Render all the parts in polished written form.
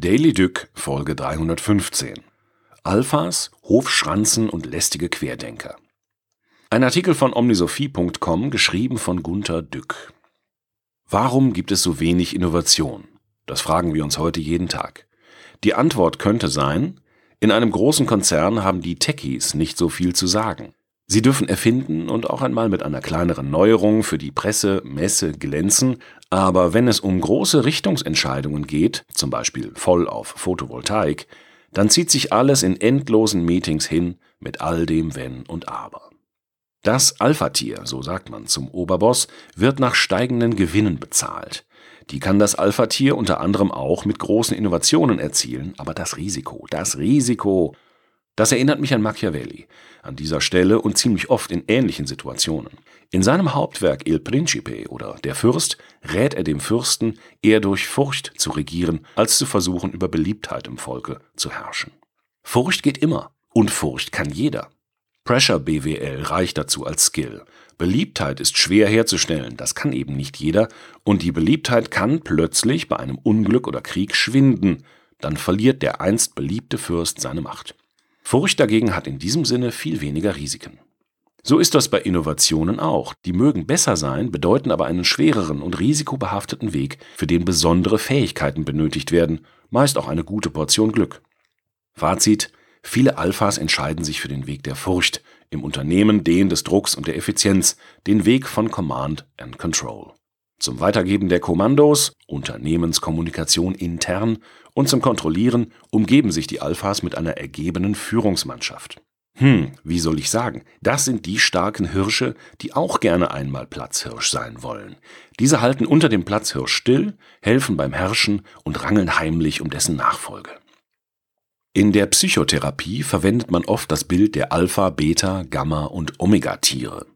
Daily Dück, Folge 315. Alphas, Hofschranzen und lästige Querdenker. Ein Artikel von omnisophie.com, geschrieben von Gunter Dück. Warum gibt es so wenig Innovation? Das fragen wir uns heute jeden Tag. Die Antwort könnte sein: In einem großen Konzern haben die Techies nicht so viel zu sagen. Sie dürfen erfinden und auch einmal mit einer kleineren Neuerung für die Presse, Messe glänzen, aber wenn es um große Richtungsentscheidungen geht, zum Beispiel voll auf Photovoltaik, dann zieht sich alles in endlosen Meetings hin mit all dem Wenn und Aber. Das Alpha-Tier, so sagt man zum Oberboss, wird nach steigenden Gewinnen bezahlt. Die kann das Alpha-Tier unter anderem auch mit großen Innovationen erzielen, aber das Risiko, das erinnert mich an Machiavelli, an dieser Stelle und ziemlich oft in ähnlichen Situationen. In seinem Hauptwerk Il Principe oder Der Fürst rät er dem Fürsten, eher durch Furcht zu regieren, als zu versuchen, über Beliebtheit im Volke zu herrschen. Furcht geht immer und Furcht kann jeder. Pressure BWL reicht dazu als Skill. Beliebtheit ist schwer herzustellen, das kann eben nicht jeder, und die Beliebtheit kann plötzlich bei einem Unglück oder Krieg schwinden, dann verliert der einst beliebte Fürst seine Macht. Furcht dagegen hat in diesem Sinne viel weniger Risiken. So ist das bei Innovationen auch. Die mögen besser sein, bedeuten aber einen schwereren und risikobehafteten Weg, für den besondere Fähigkeiten benötigt werden, meist auch eine gute Portion Glück. Fazit: Viele Alphas entscheiden sich für den Weg der Furcht, im Unternehmen den des Drucks und der Effizienz, den Weg von Command and Control. Zum Weitergeben der Kommandos, Unternehmenskommunikation intern und zum Kontrollieren umgeben sich die Alphas mit einer ergebenen Führungsmannschaft. Wie soll ich sagen, das sind die starken Hirsche, die auch gerne einmal Platzhirsch sein wollen. Diese halten unter dem Platzhirsch still, helfen beim Herrschen und rangeln heimlich um dessen Nachfolge. In der Psychotherapie verwendet man oft das Bild der Alpha-, Beta-, Gamma- und Omega-Tiere.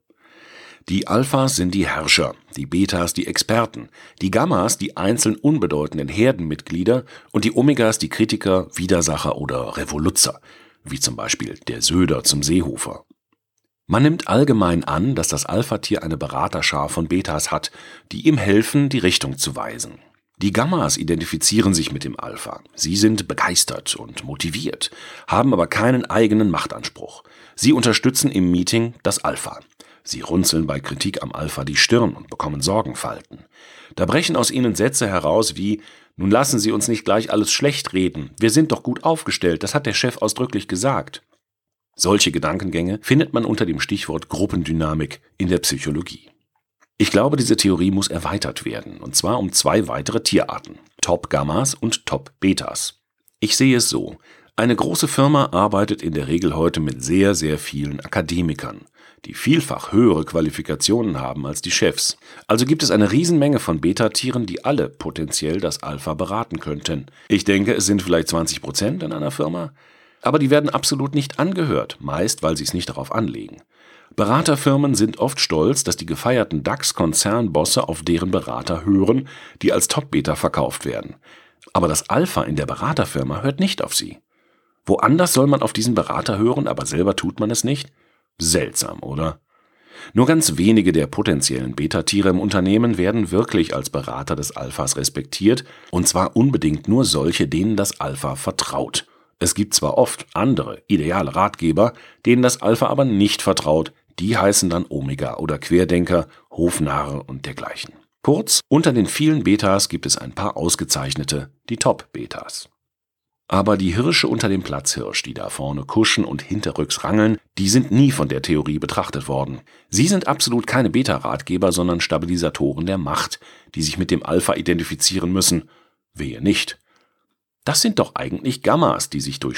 Die Alphas sind die Herrscher, die Betas die Experten, die Gammas die einzeln unbedeutenden Herdenmitglieder und die Omegas die Kritiker, Widersacher oder Revoluzzer, wie zum Beispiel der Söder zum Seehofer. Man nimmt allgemein an, dass das Alpha-Tier eine Beraterschar von Betas hat, die ihm helfen, die Richtung zu weisen. Die Gammas identifizieren sich mit dem Alpha. Sie sind begeistert und motiviert, haben aber keinen eigenen Machtanspruch. Sie unterstützen im Meeting das Alpha. Sie runzeln bei Kritik am Alpha die Stirn und bekommen Sorgenfalten. Da brechen aus ihnen Sätze heraus wie: Nun lassen Sie uns nicht gleich alles schlecht reden. Wir sind doch gut aufgestellt, das hat der Chef ausdrücklich gesagt. Solche Gedankengänge findet man unter dem Stichwort Gruppendynamik in der Psychologie. Ich glaube, diese Theorie muss erweitert werden, und zwar um 2 weitere Tierarten: Top-Gammas und Top-Betas. Ich sehe es so: Eine große Firma arbeitet in der Regel heute mit sehr, sehr vielen Akademikern, die vielfach höhere Qualifikationen haben als die Chefs. Also gibt es eine Riesenmenge von Beta-Tieren, die alle potenziell das Alpha beraten könnten. Ich denke, es sind vielleicht 20% in einer Firma, aber die werden absolut nicht angehört, meist weil sie es nicht darauf anlegen. Beraterfirmen sind oft stolz, dass die gefeierten DAX-Konzernbosse auf deren Berater hören, die als Top-Beta verkauft werden. Aber das Alpha in der Beraterfirma hört nicht auf sie. Woanders soll man auf diesen Berater hören, aber selber tut man es nicht? Seltsam, oder? Nur ganz wenige der potenziellen Beta-Tiere im Unternehmen werden wirklich als Berater des Alphas respektiert, und zwar unbedingt nur solche, denen das Alpha vertraut. Es gibt zwar oft andere, ideale Ratgeber, denen das Alpha aber nicht vertraut, die heißen dann Omega oder Querdenker, Hofnarre und dergleichen. Kurz, unter den vielen Betas gibt es ein paar ausgezeichnete, die Top-Betas. Aber die Hirsche unter dem Platzhirsch, die da vorne kuschen und hinterrücks rangeln, die sind nie von der Theorie betrachtet worden. Sie sind absolut keine Beta-Ratgeber, sondern Stabilisatoren der Macht, die sich mit dem Alpha identifizieren müssen. Wehe nicht. Das sind doch eigentlich Gammas, die sich durch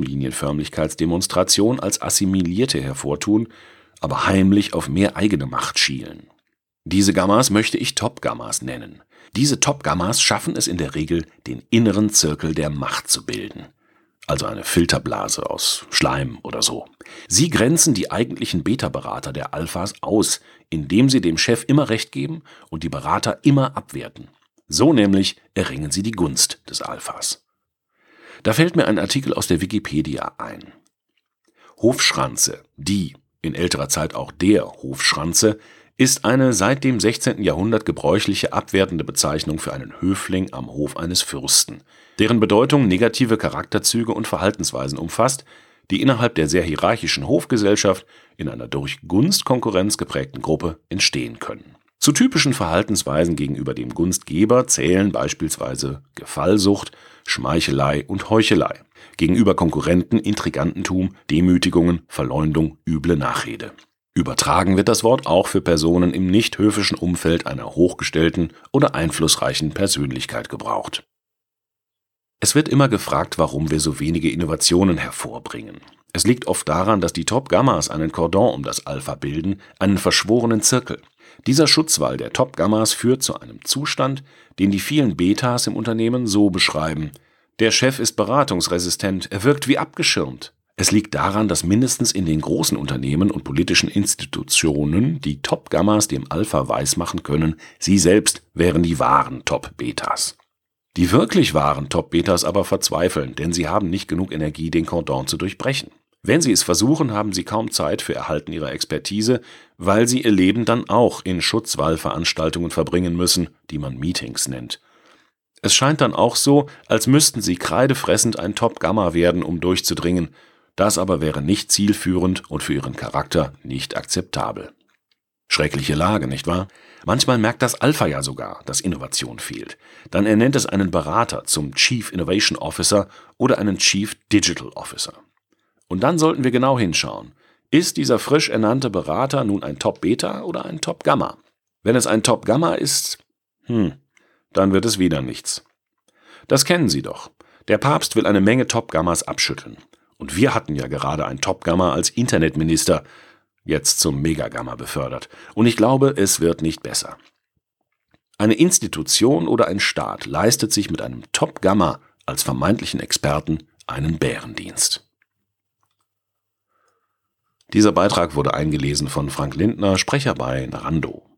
Stromlinienförmlichkeitsdemonstration als Assimilierte hervortun, aber heimlich auf mehr eigene Macht schielen. Diese Gammas möchte ich Top-Gammas nennen. Diese Top-Gammas schaffen es in der Regel, den inneren Zirkel der Macht zu bilden. Also eine Filterblase aus Schleim oder so. Sie grenzen die eigentlichen Beta-Berater der Alphas aus, indem sie dem Chef immer Recht geben und die Berater immer abwerten. So nämlich erringen sie die Gunst des Alphas. Da fällt mir ein Artikel aus der Wikipedia ein. Hofschranze, die, in älterer Zeit auch der Hofschranze, ist eine seit dem 16. Jahrhundert gebräuchliche abwertende Bezeichnung für einen Höfling am Hof eines Fürsten, deren Bedeutung negative Charakterzüge und Verhaltensweisen umfasst, die innerhalb der sehr hierarchischen Hofgesellschaft in einer durch Gunstkonkurrenz geprägten Gruppe entstehen können. Zu typischen Verhaltensweisen gegenüber dem Gunstgeber zählen beispielsweise Gefallsucht, Schmeichelei und Heuchelei, gegenüber Konkurrenten Intrigantentum, Demütigungen, Verleumdung, üble Nachrede. Übertragen wird das Wort auch für Personen im nicht höfischen Umfeld einer hochgestellten oder einflussreichen Persönlichkeit gebraucht. Es wird immer gefragt, warum wir so wenige Innovationen hervorbringen. Es liegt oft daran, dass die Top-Gammas einen Cordon um das Alpha bilden, einen verschworenen Zirkel. Dieser Schutzwall der Top-Gammas führt zu einem Zustand, den die vielen Betas im Unternehmen so beschreiben: Der Chef ist beratungsresistent, er wirkt wie abgeschirmt. Es liegt daran, dass mindestens in den großen Unternehmen und politischen Institutionen die Top-Gammas dem Alpha weismachen können, sie selbst wären die wahren Top-Betas. Die wirklich wahren Top-Betas aber verzweifeln, denn sie haben nicht genug Energie, den Cordon zu durchbrechen. Wenn sie es versuchen, haben sie kaum Zeit für Erhalten ihrer Expertise, weil sie ihr Leben dann auch in Schutzwallveranstaltungen verbringen müssen, die man Meetings nennt. Es scheint dann auch so, als müssten sie kreidefressend ein Top-Gamma werden, um durchzudringen. Das aber wäre nicht zielführend und für ihren Charakter nicht akzeptabel. Schreckliche Lage, nicht wahr? Manchmal merkt das Alpha ja sogar, dass Innovation fehlt. Dann ernennt es einen Berater zum Chief Innovation Officer oder einen Chief Digital Officer. Und dann sollten wir genau hinschauen. Ist dieser frisch ernannte Berater nun ein Top-Beta oder ein Top-Gamma? Wenn es ein Top-Gamma ist, dann wird es wieder nichts. Das kennen Sie doch. Der Papst will eine Menge Top-Gammas abschütteln. Und wir hatten ja gerade ein Top-Gamma als Internetminister, jetzt zum Megagamma befördert. Und ich glaube, es wird nicht besser. Eine Institution oder ein Staat leistet sich mit einem Top-Gamma als vermeintlichen Experten einen Bärendienst. Dieser Beitrag wurde eingelesen von Frank Lindner, Sprecher bei Narando.